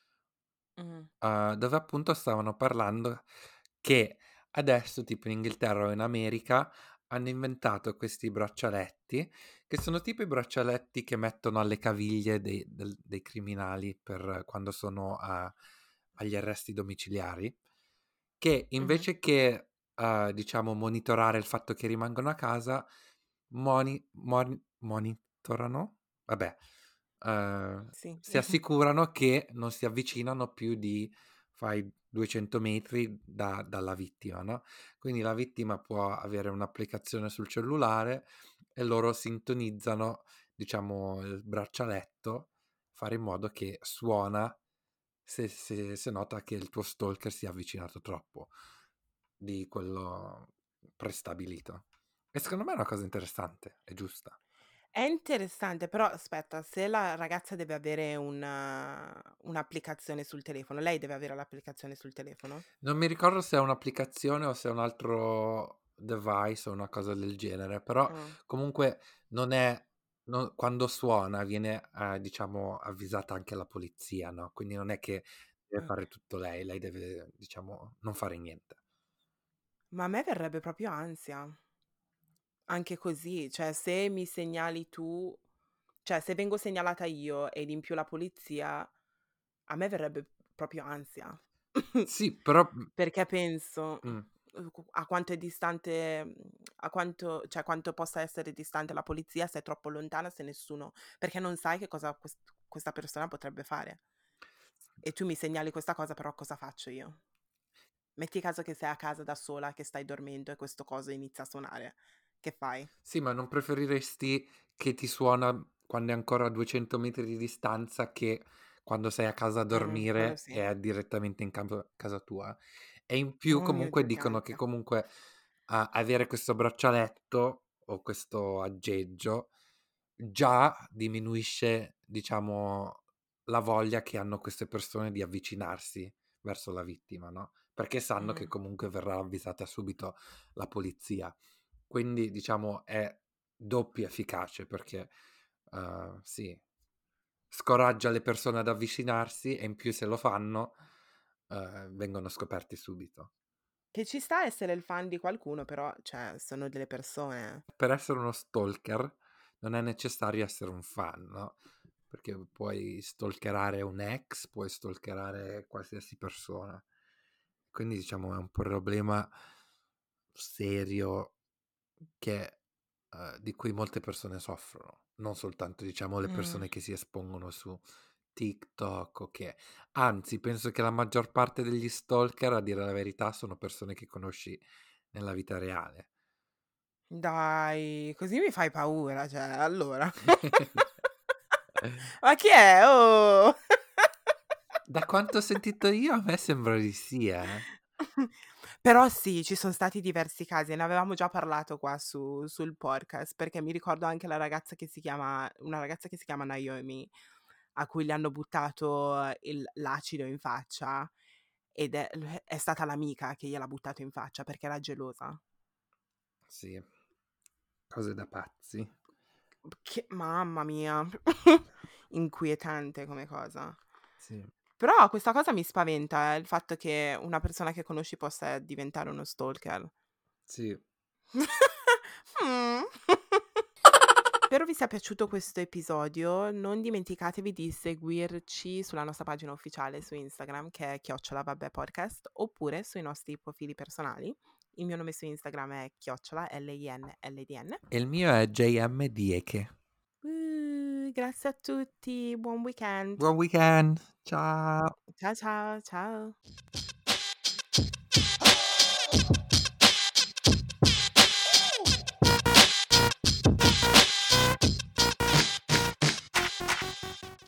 Mh. uhm, dove appunto stavano parlando che adesso, tipo in Inghilterra o in America, hanno inventato questi braccialetti, che sono tipo i braccialetti che mettono alle caviglie dei del dei criminali per quando sono a agli arresti domiciliari, che Mh-mh. invece che, uhm, diciamo monitorare il fatto che rimangono a casa, moni moni monitorano? Vabbè, uhm, Sì. si assicurano che non si avvicinano più di, fai, duecento metri da dalla vittima, no, quindi la vittima può avere un'applicazione sul cellulare e loro sintonizzano, diciamo, il braccialetto, fare in modo che suona se se se nota che il tuo stalker si è avvicinato troppo di quello prestabilito. E secondo me è una cosa interessante e giusta. È interessante, però aspetta, se la ragazza deve avere un un'applicazione sul telefono, lei deve avere l'applicazione sul telefono? Non mi ricordo se è un'applicazione o se è un altro device o una cosa del genere, però Ah, comunque non è no quando suona viene, ehm, diciamo avvisata anche la polizia, no, quindi non è che deve fare okay. tutto lei, lei deve, diciamo, non fare niente. Ma a me verrebbe proprio ansia, anche così, cioè se mi segnali tu cioè se vengo segnalata io ed in più la polizia, a me verrebbe proprio ansia. Sì, però mh, Perché penso, mh. uhm, cu a quanto è distante mhmm, a quanto cioè quanto possa essere distante la polizia, se è troppo lontana, se nessuno perché non sai che cosa quest questa persona potrebbe fare. E tu mi segnali questa cosa, però cosa faccio io? Metti caso che sei a casa da sola, che stai dormendo e questo coso inizia a suonare. Che fai? Sì, ma non preferiresti che ti suona quando è ancora a duecento metri di distanza che quando sei a casa a Mh, quello dormire sì. e è direttamente in campo casa tua? E in più Oh mio comunque Dio, che dicono che ansia. comunque a avere questo braccialetto o questo aggeggio già diminuisce, diciamo, la voglia che hanno queste persone di avvicinarsi verso la vittima, no, perché sanno che Mh. comunque verrà avvisata subito la polizia. Quindi diciamo è doppia efficace perché, uhm, sì, scoraggia le persone ad avvicinarsi e in più se lo fanno, uhm, vengono scoperti subito. Che ci sta a essere il fan di qualcuno, però, cioè, sono delle persone. Per essere uno stalker non è necessario essere un fan, no, perché puoi stalkerare un ex, puoi stalkerare qualsiasi persona. Quindi diciamo è un problema serio che uhm, di cui molte persone soffrono, non soltanto diciamo le Mh. persone che si espongono su TikTok o che anzi penso che la maggior parte degli stalker, a dire la verità, sono persone che conosci nella vita reale. Dai, così mi fai paura, cioè, allora. Ma chi è? Oh! Da quanto ho sentito io a me sembra di sì, eh. Però sì, ci son stati diversi casi e ne avevamo già parlato qua su sul podcast, perché mi ricordo anche la ragazza che si chiama una ragazza che si chiama Naomi, a cui le hanno buttato il l'acido in faccia ed è l è stata l'amica che gliel'ha buttato in faccia perché era gelosa. Sì, cose da pazzi. Che mamma mia, inquietante come cosa. Sì, Però questa cosa mi spaventa, eh, il fatto che una persona che conosci possa diventare uno stalker. sì, Mh. Spero vi sia piaciuto questo episodio. Non dimenticatevi di seguirci sulla nostra pagina ufficiale su Instagram che è chiocciola vabbè podcast oppure sui nostri profili personali. Il mio nome su Instagram è chiocciola L I N L D N. e il mio è J M Dieke. Uh, grazie a tutti, buon weekend. Buon weekend, ciao. Ciao ciao, ciao.